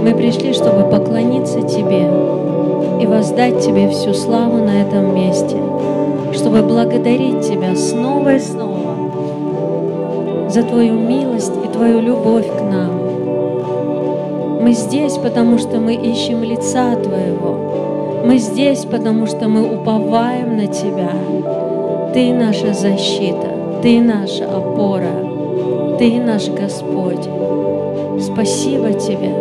Мы пришли, чтобы поклониться Тебе и воздать Тебе всю славу на этом месте, чтобы благодарить Тебя снова и снова за Твою милость и Твою любовь к нам. Мы здесь, потому что мы ищем лица Твоего. Мы здесь, потому что мы уповаем на Тебя. Ты наша защита, Ты наша опора, Ты наш Господь. Спасибо Тебе.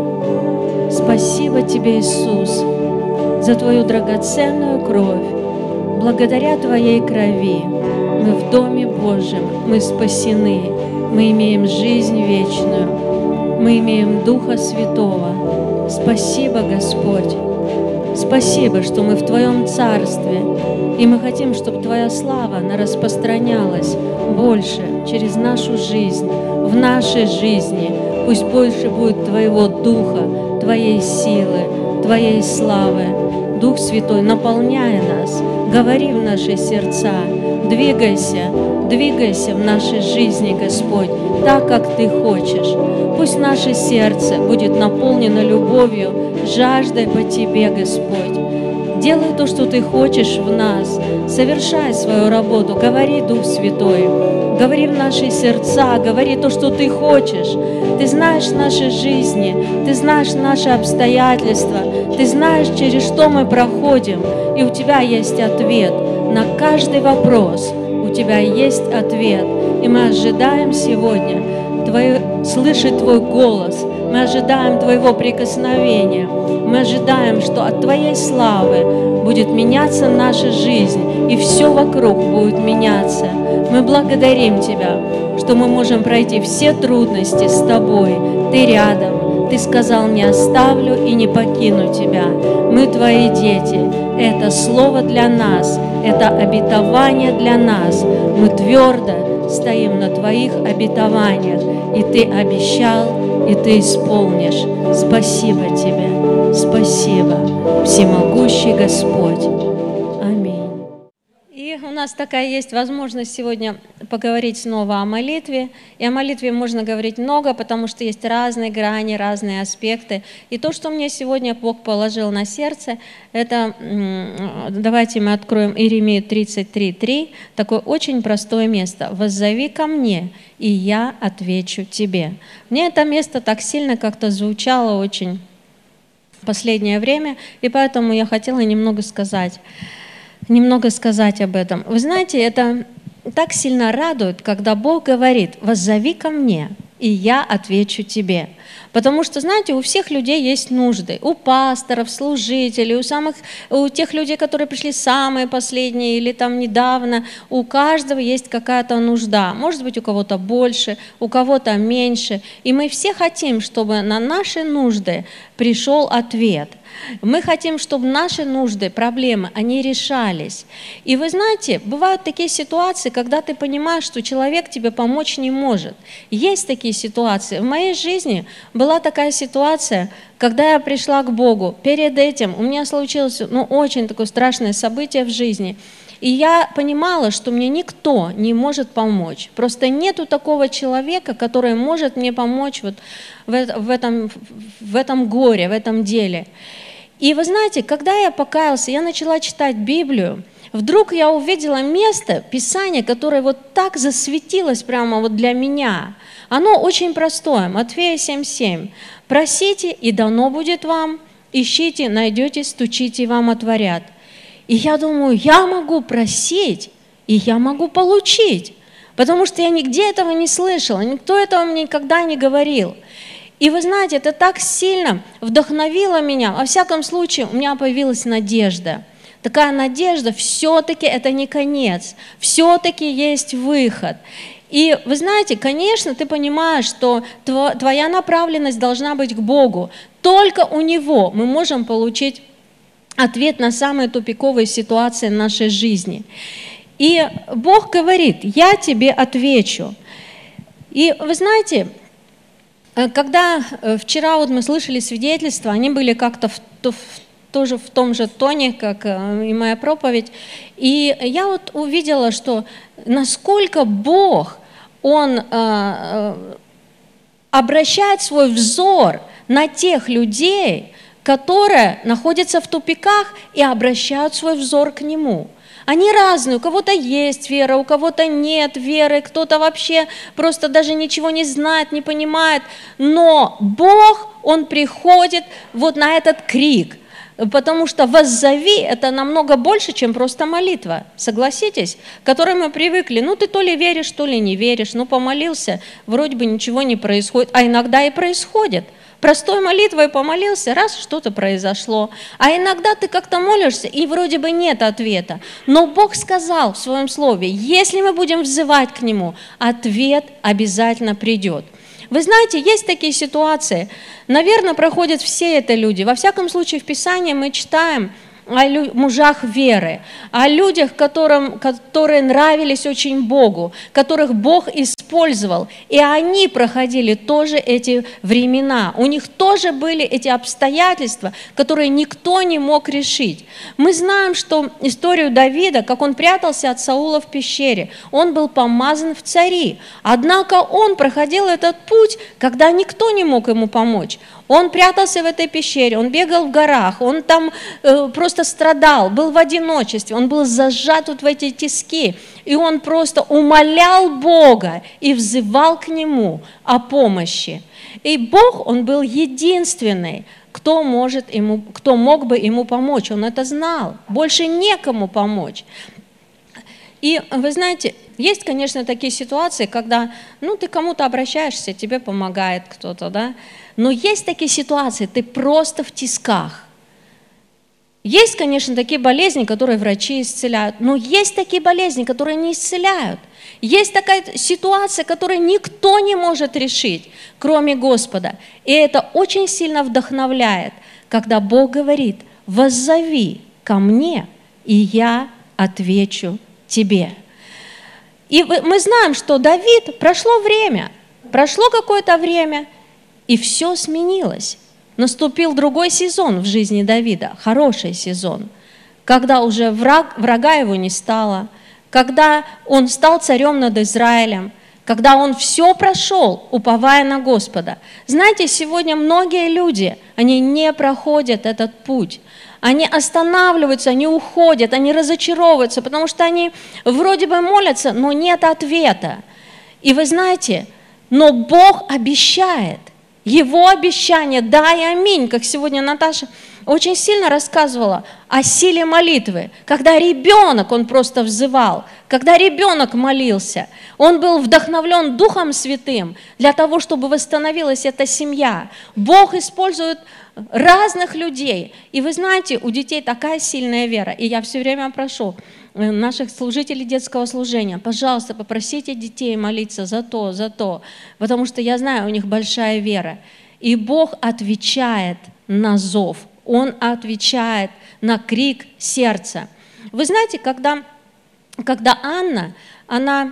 Спасибо Тебе, Иисус, за Твою драгоценную кровь. Благодаря Твоей крови мы в Доме Божьем, мы спасены, мы имеем жизнь вечную, мы имеем Духа Святого. Спасибо, Господь. Спасибо, что мы в Твоем Царстве, и мы хотим, чтобы Твоя слава, она распространялась больше через нашу жизнь, в нашей жизни. Пусть больше будет Твоего Духа, Твоей силы, Твоей славы. Дух Святой, наполняй нас, говори в наши сердца, двигайся в нашей жизни, Господь, так, как Ты хочешь. Пусть наше сердце будет наполнено любовью, жаждой по Тебе, Господь. Делай то, что Ты хочешь в нас. Совершай свою работу. Говори, Дух Святой. Говори в наши сердца. Говори то, что Ты хочешь. Ты знаешь наши жизни. Ты знаешь наши обстоятельства. Ты знаешь, через что мы проходим. И у Тебя есть ответ на каждый вопрос. У Тебя есть ответ. И мы ожидаем сегодня слышать Твой голос. Мы ожидаем Твоего прикосновения. Мы ожидаем, что от Твоей славы будет меняться наша жизнь, и все вокруг будет меняться. Мы благодарим Тебя, что мы можем пройти все трудности с Тобой. Ты рядом. Ты сказал: не оставлю и не покину Тебя. Мы Твои дети. Это слово для нас, это обетование для нас. Мы твердо стоим на Твоих обетованиях, и Ты обещал, и Ты исполнишь. Спасибо Тебе, спасибо, всемогущий Господь. Аминь. И у нас такая есть возможность сегодня поговорить снова о молитве. И о молитве можно говорить много, потому что есть разные грани, разные аспекты. И то, что мне сегодня Бог положил на сердце, это, давайте мы откроем Иеремию 33:3, такое очень простое место. «Воззови ко мне, и я отвечу тебе». Мне это место так сильно как-то звучало очень в последнее время, и поэтому я хотела немного сказать об этом. Вы знаете, это так сильно радует, когда Бог говорит: «Воззови ко мне, и я отвечу тебе». Потому что, знаете, у всех людей есть нужды. У пасторов, служителей, у тех людей, которые пришли самые последние или там недавно, у каждого есть какая-то нужда. Может быть, у кого-то больше, у кого-то меньше. И мы все хотим, чтобы на наши нужды пришел ответ. Мы хотим, чтобы наши нужды, проблемы, они решались. И вы знаете, бывают такие ситуации, когда ты понимаешь, что человек тебе помочь не может. Есть такие ситуации. В моей жизни была такая ситуация, когда я пришла к Богу. Перед этим у меня случилось очень такое страшное событие в жизни. И я понимала, что мне никто не может помочь. Просто нету такого человека, который может мне помочь вот в этом горе, в этом деле. И вы знаете, когда я покаялся, я начала читать Библию, вдруг я увидела место, Писание, которое вот так засветилось прямо вот для меня. Оно очень простое, Матфея 7:7. «Просите, и дано будет вам, ищите, найдете, стучите, и вам отворят». И я думаю, я могу просить, и я могу получить, потому что я нигде этого не слышала, никто этого мне никогда не говорил. И вы знаете, это так сильно вдохновило меня. Во всяком случае, у меня появилась надежда. Такая надежда, все-таки это не конец, все-таки есть выход. И вы знаете, конечно, ты понимаешь, что твоя направленность должна быть к Богу. Только у Него мы можем получить ответ на самые тупиковые ситуации нашей жизни. И Бог говорит: я тебе отвечу. И вы знаете, когда вчера вот мы слышали свидетельства, они были как-то тоже в том же тоне, как и моя проповедь. И я вот увидела, что насколько Бог, Он обращает свой взор на тех людей, которые находятся в тупиках и обращают свой взор к Нему. Они разные, у кого-то есть вера, у кого-то нет веры, кто-то вообще просто даже ничего не знает, не понимает. Но Бог, Он приходит вот на этот крик, потому что «воззови» – это намного больше, чем просто молитва, согласитесь, к которой мы привыкли. Ну, ты то ли веришь, то ли не веришь, ну, помолился, вроде бы ничего не происходит, а иногда и происходит. Простой молитвой помолился, раз что-то произошло. А иногда ты как-то молишься, и вроде бы нет ответа. Но Бог сказал в Своем Слове, если мы будем взывать к Нему, ответ обязательно придет. Вы знаете, есть такие ситуации, наверное, проходят все это люди. Во всяком случае, в Писании мы читаем о мужах веры, о людях, которые нравились очень Богу, которых Бог использовал. И они проходили тоже эти времена. У них тоже были эти обстоятельства, которые никто не мог решить. Мы знаем, что историю Давида, как он прятался от Саула в пещере, он был помазан в цари. Однако он проходил этот путь, когда никто не мог ему помочь. Он прятался в этой пещере, он бегал в горах, он там просто страдал, был в одиночестве, он был зажат вот в эти тиски, и он просто умолял Бога и взывал к Нему о помощи. И Бог, Он был единственный, кто мог бы ему помочь, он это знал, больше некому помочь. И вы знаете, есть, конечно, такие ситуации, когда, ты кому-то обращаешься, тебе помогает кто-то, да, но есть такие ситуации, ты просто в тисках. Есть, конечно, такие болезни, которые врачи исцеляют, но есть такие болезни, которые не исцеляют. Есть такая ситуация, которую никто не может решить, кроме Господа. И это очень сильно вдохновляет, когда Бог говорит: «Воззови ко мне, и я отвечу тебе». И мы знаем, что Давид, прошло какое-то время, и все сменилось. Наступил другой сезон в жизни Давида, хороший сезон, когда уже врага его не стало, когда он стал царем над Израилем, когда он все прошел, уповая на Господа. Знаете, сегодня многие люди, они не проходят этот путь. Они останавливаются, они уходят, они разочаровываются, потому что они вроде бы молятся, но нет ответа. И вы знаете, но Бог обещает. Его обещание, да и аминь, как сегодня Наташа очень сильно рассказывала о силе молитвы, когда ребенок, он просто взывал, когда ребенок молился, он был вдохновлен Духом Святым для того, чтобы восстановилась эта семья. Бог использует разных людей, и вы знаете, у детей такая сильная вера, и я все время прошу наших служителей детского служения, пожалуйста, попросите детей молиться за то, потому что я знаю, у них большая вера. И Бог отвечает на зов, Он отвечает на крик сердца. Вы знаете, когда Анна, она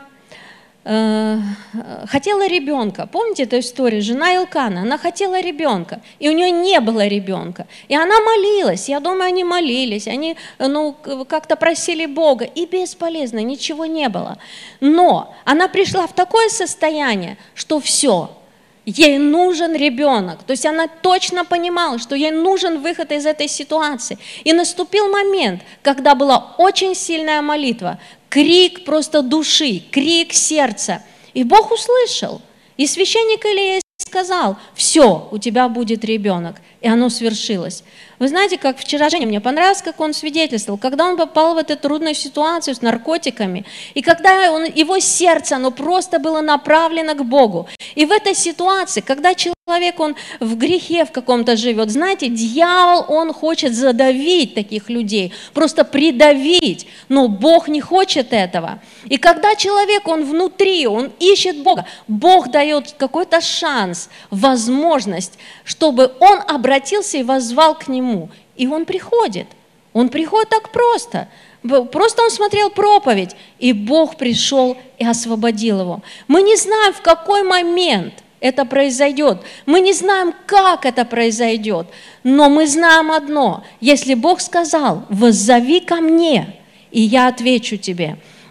хотела ребенка. Помните эту историю? Жена Илкана, она хотела ребенка, и у нее не было ребенка. И она молилась, я думаю, они молились, они как-то просили Бога, и бесполезно, ничего не было. Но она пришла в такое состояние, что все, ей нужен ребенок. То есть она точно понимала, что ей нужен выход из этой ситуации. И наступил момент, когда была очень сильная молитва, крик просто души, крик сердца. И Бог услышал. И священник Илия сказал: все, у тебя будет ребенок. И оно свершилось. Вы знаете, как вчера Женя, мне понравилось, как он свидетельствовал, когда он попал в эту трудную ситуацию с наркотиками, и когда его сердце, оно просто было направлено к Богу. И в этой ситуации, когда человек, он в грехе в каком-то живет, знаете, дьявол, он хочет задавить таких людей, просто придавить, но Бог не хочет этого. И когда человек, он внутри, он ищет Бога, Бог дает какой-то шанс, возможность, чтобы он обратился и воззвал к Нему. И он приходит так просто. Просто он смотрел проповедь, и Бог пришел и освободил его. Мы не знаем, в какой момент это произойдет. Мы не знаем, как это произойдет. Но мы знаем одно. Если Бог сказал: «Воззови ко мне, и я отвечу тебе».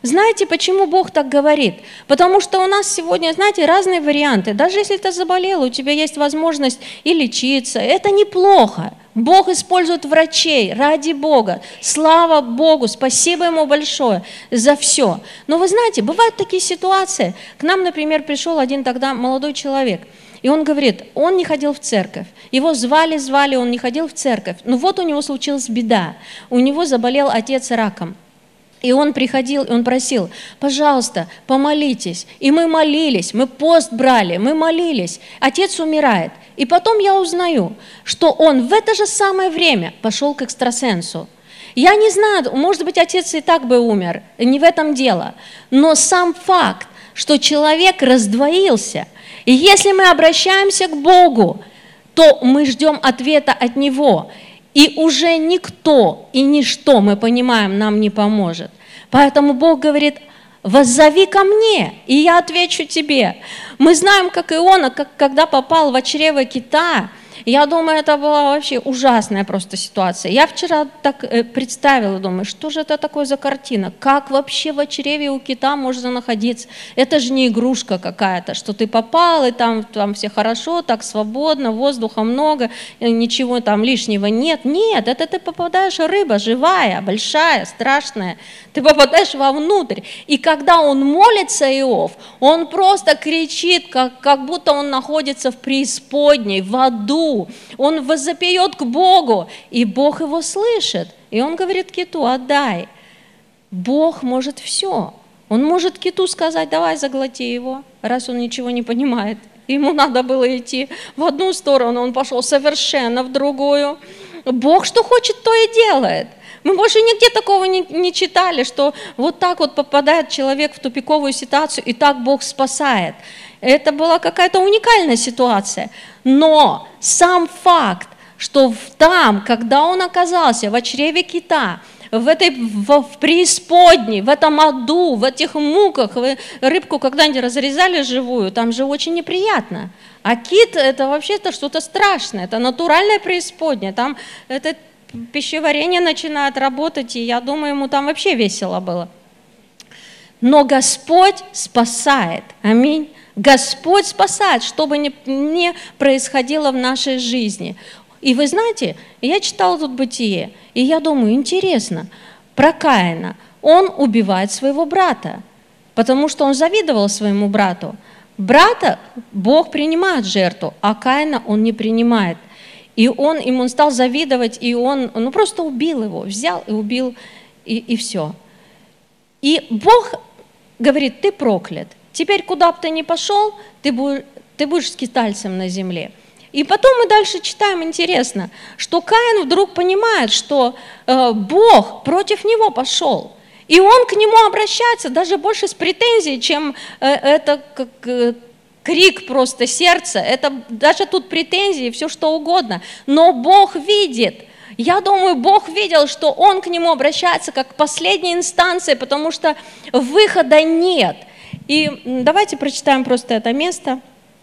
знаете, почему Бог так говорит? Потому что у нас сегодня, знаете, разные варианты. Даже если ты заболел, у тебя есть возможность и лечиться, это неплохо. Бог использует врачей ради Бога. Слава Богу, спасибо Ему большое за все. Но вы знаете, бывают такие ситуации. К нам, например, пришел один тогда молодой человек. И он говорит, он не ходил в церковь. Его звали, он не ходил в церковь. Но вот у него случилась беда. У него заболел отец раком. И он приходил, и он просил, пожалуйста, помолитесь. И мы молились, мы пост брали, мы молились. Отец умирает. И потом я узнаю, что он в это же самое время пошел к экстрасенсу. Я не знаю, может быть, отец и так бы умер, не в этом дело. Но сам факт, что человек раздвоился, и если мы обращаемся к Богу, то мы ждем ответа от Него. И уже никто и ничто, мы понимаем, нам не поможет. Поэтому Бог говорит, воззови ко мне, и я отвечу тебе. Мы знаем, как Иона, когда попал в чрево кита, я думаю, это была вообще ужасная просто ситуация. Я вчера так представила, думаю, что же это такое за картина? Как вообще в чреве у кита можно находиться? Это же не игрушка какая-то, что ты попал, и там все хорошо, так свободно, воздуха много, ничего там лишнего нет. Нет, это ты попадаешь, рыба живая, большая, страшная. Ты попадаешь вовнутрь. И когда он молится, Иов, он просто кричит, как будто он находится в преисподней, в аду. Он возопьет к Богу, и Бог его слышит. И он говорит киту, отдай. Бог может все. Он может киту сказать, давай заглоти его, раз он ничего не понимает. Ему надо было идти в одну сторону, он пошел совершенно в другую. Бог что хочет, то и делает. Мы больше нигде такого не читали, что вот так вот попадает человек в тупиковую ситуацию, и так Бог спасает. Это была какая-то уникальная ситуация. Но сам факт, что там, когда он оказался в чреве кита, в преисподней, в этом аду, в этих муках, вы рыбку когда-нибудь разрезали живую, там же очень неприятно. А кит – это вообще-то что-то страшное, это натуральная преисподняя, там это пищеварение начинает работать, и я думаю, ему там вообще весело было. Но Господь спасает, аминь. Господь спасает, что бы ни происходило в нашей жизни. И вы знаете, я читала тут Бытие, и я думаю, интересно, про Каина. Он убивает своего брата, потому что он завидовал своему брату. Брата Бог принимает жертву, а Каина он не принимает. И он стал завидовать, и он просто убил его, взял и убил, и все. И Бог говорит, ты проклят. Теперь, куда бы ты ни пошел, ты будешь скитальцем на земле. И потом мы дальше читаем, интересно, что Каин вдруг понимает, что Бог против него пошел. И он к нему обращается даже больше с претензией, чем это крик просто сердца. Это даже тут претензии, все что угодно. Но Бог видит. Я думаю, Бог видел, что он к нему обращается как к последней инстанции, потому что выхода нет. И давайте прочитаем просто это место.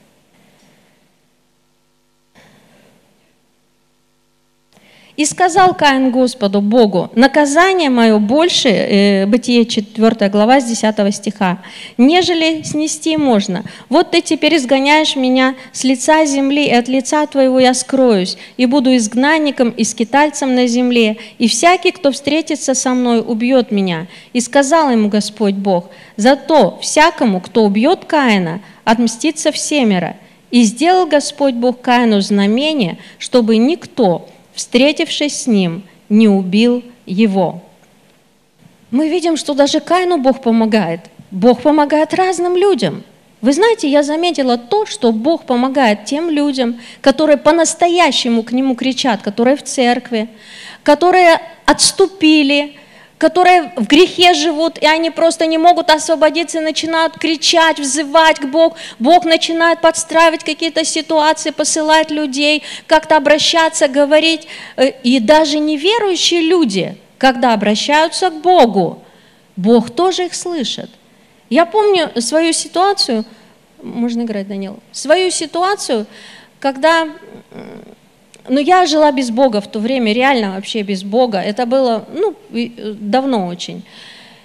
«И сказал Каин Господу, Богу, наказание мое больше, Бытие 4 глава с 10 стиха, нежели снести можно. Вот ты теперь изгоняешь меня с лица земли, и от лица твоего я скроюсь, и буду изгнанником и скитальцем на земле, и всякий, кто встретится со мной, убьет меня. И сказал ему Господь Бог, зато всякому, кто убьет Каина, отмстится всемеро. И сделал Господь Бог Каину знамение, чтобы никто, встретившись с ним, не убил его». Мы видим, что даже Каину Бог помогает. Бог помогает разным людям. Вы знаете, я заметила то, что Бог помогает тем людям, которые по-настоящему к Нему кричат, которые в церкви, которые отступили, которые в грехе живут, и они просто не могут освободиться и начинают кричать, взывать к Богу. Бог начинает подстраивать какие-то ситуации, посылать людей, как-то обращаться, говорить. И даже неверующие люди, когда обращаются к Богу, Бог тоже их слышит. Я помню свою ситуацию, можно играть, Данил, свою ситуацию, когда... Но я жила без Бога в то время, реально вообще без Бога. Это было, давно очень.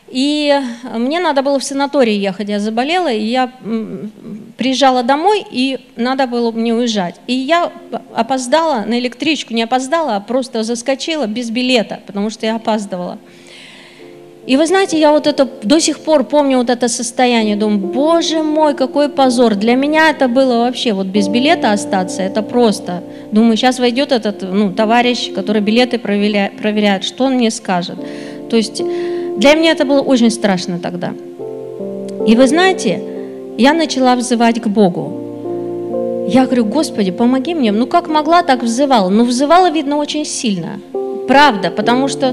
И мне надо было в санаторий ехать, я заболела, и я приезжала домой, и надо было мне уезжать. И я опоздала на электричку, не опоздала, а просто заскочила без билета, потому что я опаздывала. И вы знаете, я вот это до сих пор помню вот это состояние, думаю, боже мой, какой позор. Для меня это было вообще, вот без билета остаться, это просто. Думаю, сейчас войдет этот товарищ, который билеты проверяет, что он мне скажет. То есть для меня это было очень страшно тогда. И вы знаете, я начала взывать к Богу. Я говорю, Господи, помоги мне. Ну, как могла, так взывала. Но взывала, видно, очень сильно. Правда, потому что,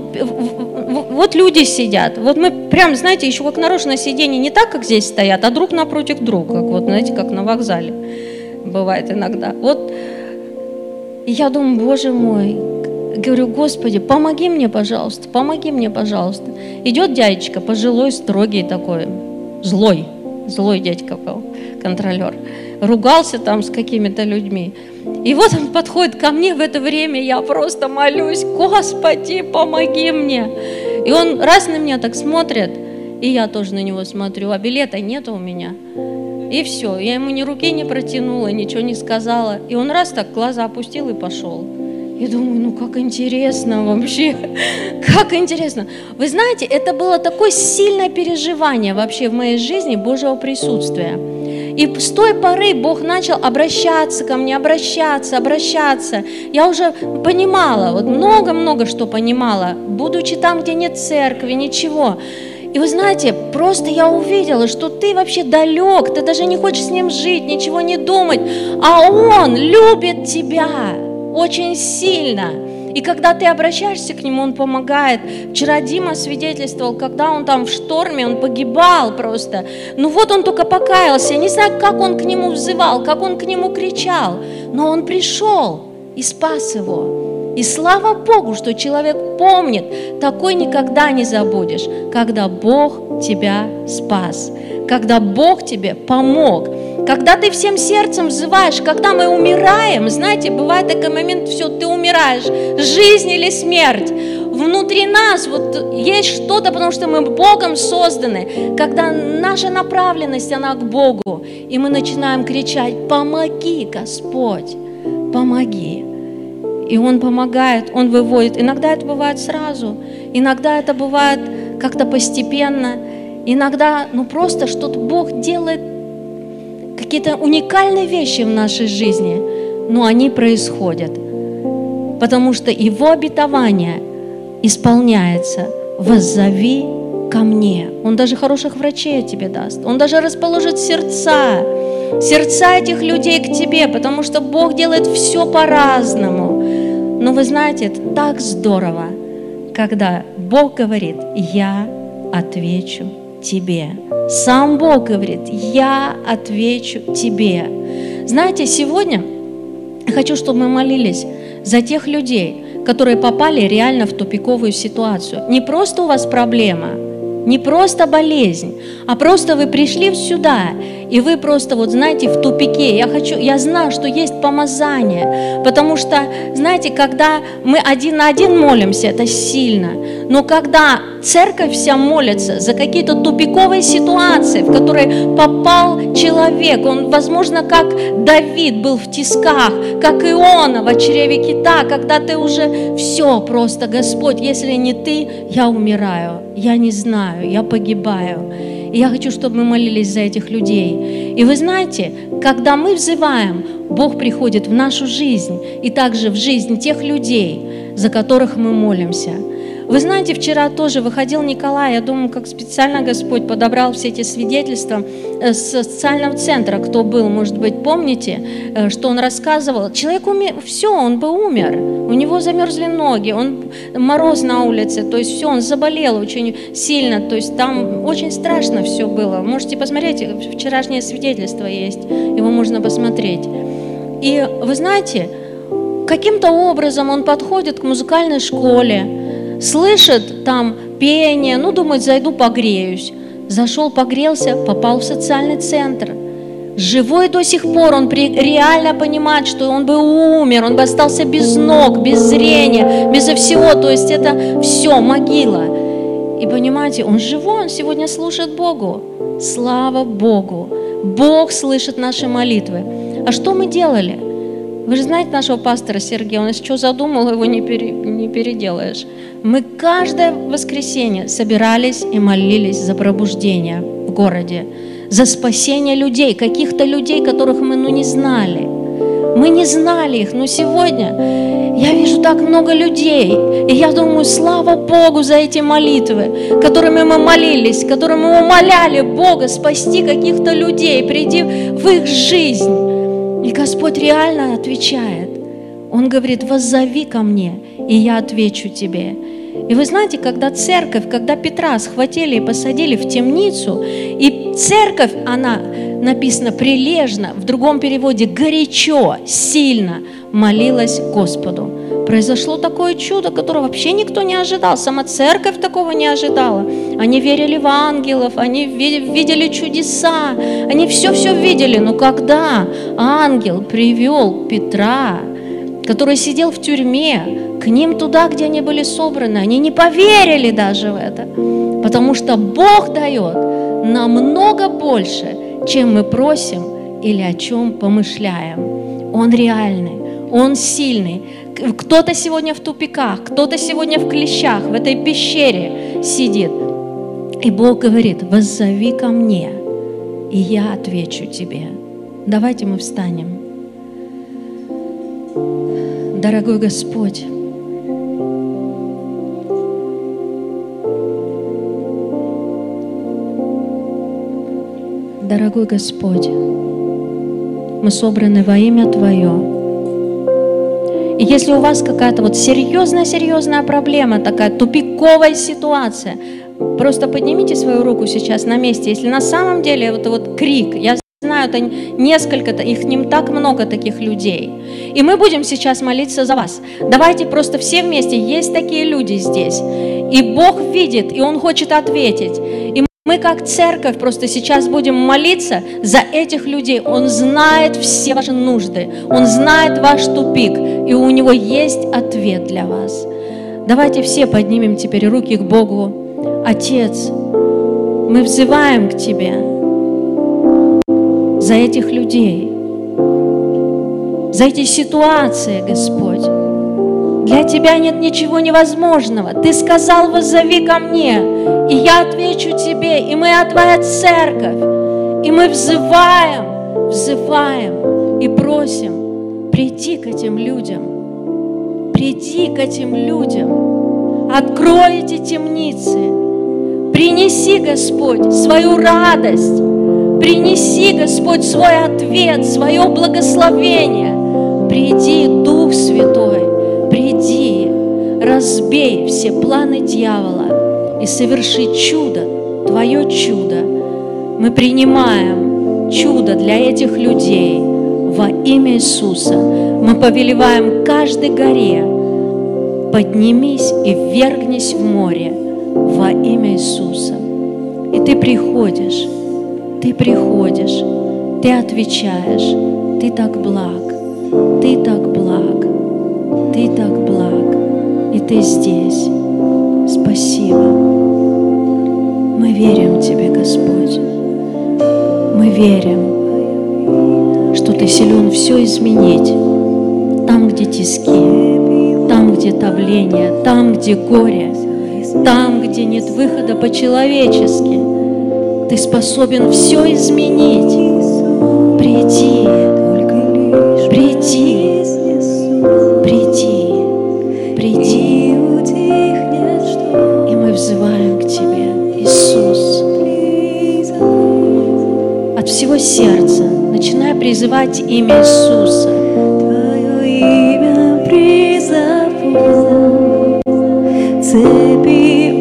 вот люди сидят. Вот мы прям, знаете, еще как нарочно на сиденье не так, как здесь стоят, а друг напротив друга. Как вот, знаете, как на вокзале бывает иногда. Вот, и я думаю, боже мой, говорю, Господи, помоги мне, пожалуйста, помоги мне, пожалуйста. Идет дядечка, пожилой, строгий такой, злой дядька был, контролер. Ругался там с какими-то людьми. И вот он подходит ко мне в это время, я просто молюсь, Господи, помоги мне. И он раз на меня так смотрит, и я тоже на него смотрю, а билета нет у меня. И все, я ему ни руки не протянула, ничего не сказала. И он раз так глаза опустил и пошел. Я думаю, ну как интересно вообще, как интересно. Вы знаете, это было такое сильное переживание вообще в моей жизни Божьего присутствия. И с той поры Бог начал обращаться ко мне, обращаться. Я уже понимала, вот много-много что понимала, будучи там, где нет церкви, ничего. И вы знаете, просто я увидела, что ты вообще далек, ты даже не хочешь с ним жить, ничего не думать, а он любит тебя очень сильно. И когда ты обращаешься к нему, он помогает. Вчера Дима свидетельствовал, когда он там в шторме, он погибал просто. Ну вот он только покаялся. Я не знаю, как он к нему взывал, как он к нему кричал. Но он пришел и спас его. И слава Богу, что человек помнит, такой никогда не забудешь, когда Бог тебя спас, когда Бог тебе помог. Когда ты всем сердцем взываешь, когда мы умираем, знаете, бывает такой момент, все, ты умираешь, жизнь или смерть. Внутри нас вот есть что-то, потому что мы Богом созданы, когда наша направленность, она к Богу, и мы начинаем кричать, помоги, Господь, помоги. И Он помогает, Он выводит. Иногда это бывает сразу, иногда это бывает как-то постепенно, иногда, просто что-то Бог делает, какие-то уникальные вещи в нашей жизни, но они происходят, потому что Его обетование исполняется. Воззови ко мне. Он даже хороших врачей тебе даст. Он даже расположит сердца этих людей к тебе, потому что Бог делает все по-разному. Но вы знаете, это так здорово, когда Бог говорит, я отвечу тебе. Сам Бог говорит, я отвечу тебе. Знаете, сегодня я хочу, чтобы мы молились за тех людей, которые попали реально в тупиковую ситуацию. Не просто у вас проблема, не просто болезнь, а просто вы пришли сюда, и вы просто, знаете, в тупике. Я знаю, что есть помазание, потому что, знаете, когда мы один на один молимся, это сильно, но когда церковь вся молится за какие-то тупиковые ситуации, в которые попал человек, он, возможно, как Давид был в тисках, как Иона в чреве кита, когда ты уже все просто, Господь, если не ты, я умираю, я не знаю, я погибаю. И я хочу, чтобы мы молились за этих людей. И вы знаете, когда мы взываем, Бог приходит в нашу жизнь и также в жизнь тех людей, за которых мы молимся. Вы знаете, вчера тоже выходил Николай, я думаю, как специально Господь подобрал все эти свидетельства с социального центра, кто был, может быть, помните, что он рассказывал. Человек все, он бы умер, у него замерзли ноги, мороз на улице, то есть все, он заболел очень сильно, то есть там очень страшно все было. Можете посмотреть, вчерашнее свидетельство есть, его можно посмотреть. И вы знаете, каким-то образом он подходит к музыкальной школе, слышит там пение, думает, зайду погреюсь. Зашел, погрелся, попал в социальный центр. Живой до сих пор, он реально понимает, что он бы умер, он бы остался без ног, без зрения, безо всего. То есть это все, могила. И понимаете, он живой, он сегодня служит Богу. Слава Богу! Бог слышит наши молитвы. А что мы делали? Вы же знаете нашего пастора Сергея, он что задумал, его не переделаешь. Мы каждое воскресенье собирались и молились за пробуждение в городе, за спасение людей, каких-то людей, которых мы не знали. Мы не знали их, но сегодня я вижу так много людей, и я думаю, слава Богу за эти молитвы, которыми мы молились, которыми мы умоляли Бога спасти каких-то людей, приди в их жизнь. И Господь реально отвечает. Он говорит: воззови ко мне, и я отвечу тебе. И вы знаете, когда церковь, когда Петра схватили и посадили в темницу, и церковь, она написано прилежно, в другом переводе горячо, сильно молилась Господу. Произошло такое чудо, которого вообще никто не ожидал. Сама церковь такого не ожидала. Они верили в ангелов, они видели чудеса, они все видели. Но когда ангел привел Петра, который сидел в тюрьме, к ним туда, где они были собраны, они не поверили даже в это. Потому что Бог дает намного больше, чем мы просим или о чем помышляем. Он реальный, Он сильный. Кто-то сегодня в тупиках, кто-то сегодня в клещах, в этой пещере сидит. И Бог говорит: воззови ко мне, и я отвечу тебе. Давайте мы встанем. Дорогой Господь, дорогой Господь, мы собраны во имя Твое. И если у вас какая-то серьезная проблема, такая тупиковая ситуация, просто поднимите свою руку сейчас на месте. Если на самом деле это крик, я знаю, это несколько, их не так много таких людей. И мы будем сейчас молиться за вас. Давайте просто все вместе, есть такие люди здесь. И Бог видит, и Он хочет ответить. И мы как церковь просто сейчас будем молиться за этих людей. Он знает все ваши нужды, Он знает ваш тупик, и у Него есть ответ для вас. Давайте все поднимем теперь руки к Богу. Отец, мы взываем к Тебе за этих людей, за эти ситуации, Господь. Для Тебя нет ничего невозможного. Ты сказал: воззови ко мне, и я отвечу Тебе, и мы Твоя церковь. И мы взываем и просим: приди к этим людям, приди к этим людям, открой эти темницы, принеси, Господь, свою радость, принеси, Господь, свой ответ, свое благословение. Приди, Дух Святой, приди, разбей все планы дьявола и соверши чудо, Твое чудо. Мы принимаем чудо для этих людей во имя Иисуса. Мы повелеваем каждой горе: поднимись и ввергнись в море во имя Иисуса. И ты приходишь, ты отвечаешь. Ты так благ, ты так благ, ты так благ, и ты здесь. Спасибо. Мы верим Тебе, Господь. Мы верим, что Ты силен все изменить. Там, где тиски, там, где давление, там, где горе, там, где нет выхода по-человечески, Ты способен все изменить. Приди, приди, приди, приди. И мы взываем к Тебе, Иисус, от всего сердца, начиная призывать имя Иисуса. Твое имя призову, цепи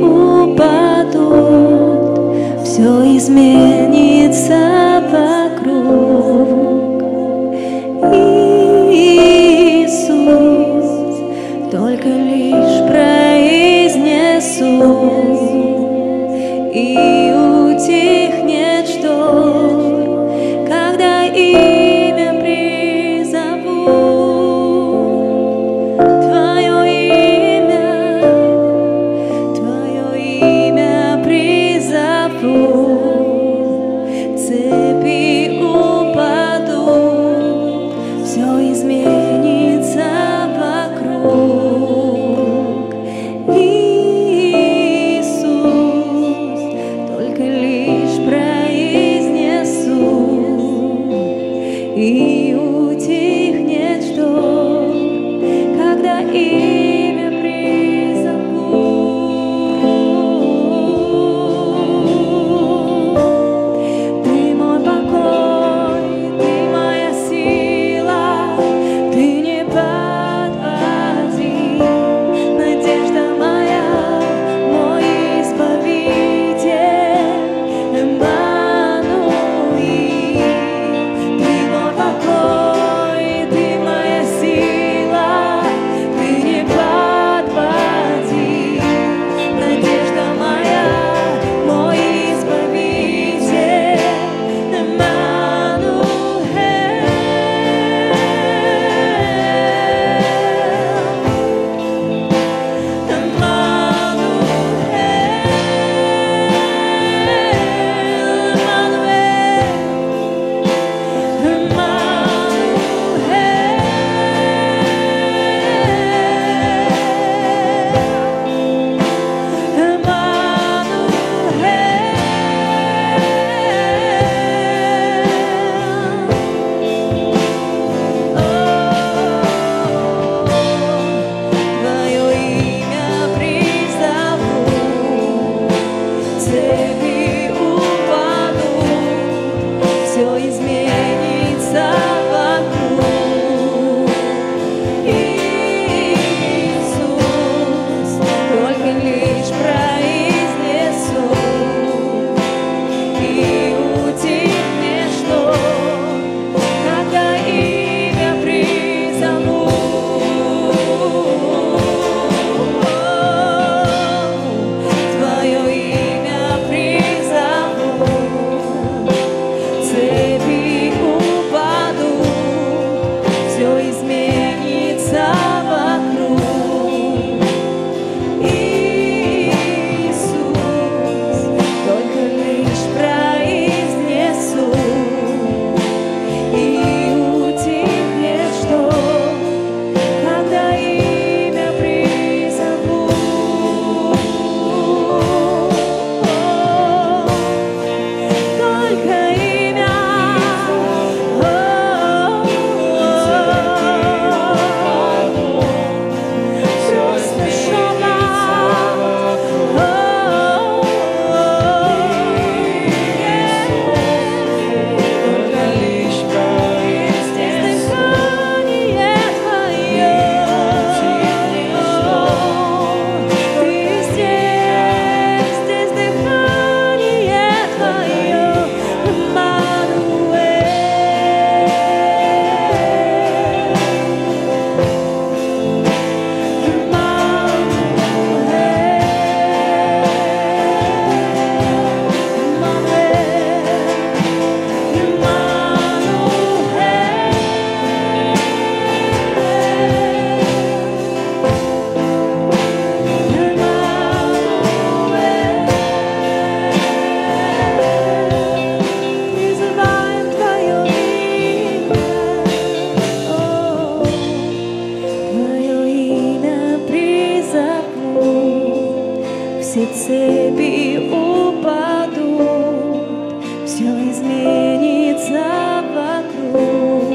упадут, все изменится вокруг. Иисус, только лишь произнесу, и утихнет шторм, когда имя призову. Твое имя имя призову. Ты мой покой, ты моя сила, ты не подводи. Надежда моя, мой избавитель, Эммануил. Ты мой покой, ты моя сила, ты не подводи. Надежда моя, мой избавитель, Эммануил. Твое имя призову, цепи упадут, все изменится вокруг. Иисус, только лишь произнесу, и утихнет шторм, когда имя призову. Твое имя призову, цепи упадут, все изменится вокруг. Иисус, только лишь произнесу, и утихнет шторм, когда имя призову. Только имя, просто только лишь произнес дыхание твое. Ты здесь дыхание твое, призываем твое имя, твое имя призову, все цепи упадут, все изменится вокруг.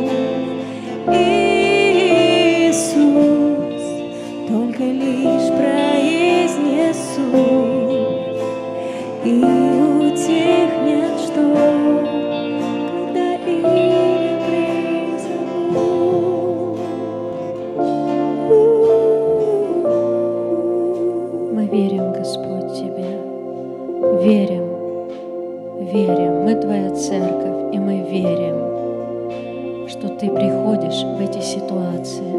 Иисус, только лишь произнесу, и утихнет шторм, когда имя призову. Мы верим, Господь, Тебе. Верим, верим. Мы Твоя церковь, и мы верим, что Ты приходишь в эти ситуации.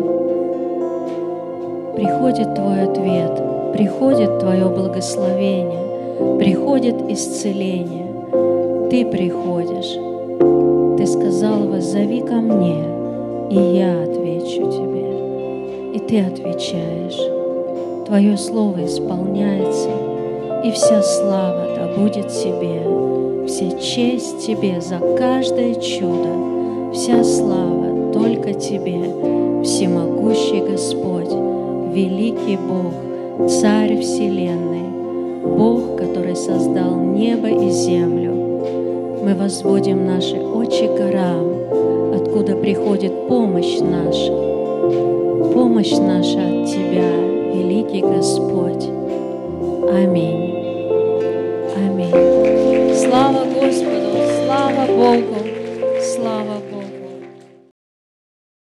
Приходит Твой ответ, приходит Твое благословение, приходит исцеление. Ты приходишь. Ты сказал: «Воззови ко мне, и я отвечу тебе». И Ты отвечаешь. Твое слово исполняется, и вся слава да будет Тебе, вся честь Тебе за каждое чудо, вся слава только Тебе, всемогущий Господь, великий Бог, Царь вселенной, Бог, который создал небо и землю. Мы возводим наши очи к горам, откуда приходит помощь наша. Помощь наша от Тебя, великий Господь. Аминь. Аминь. Слава Господу, слава Богу, слава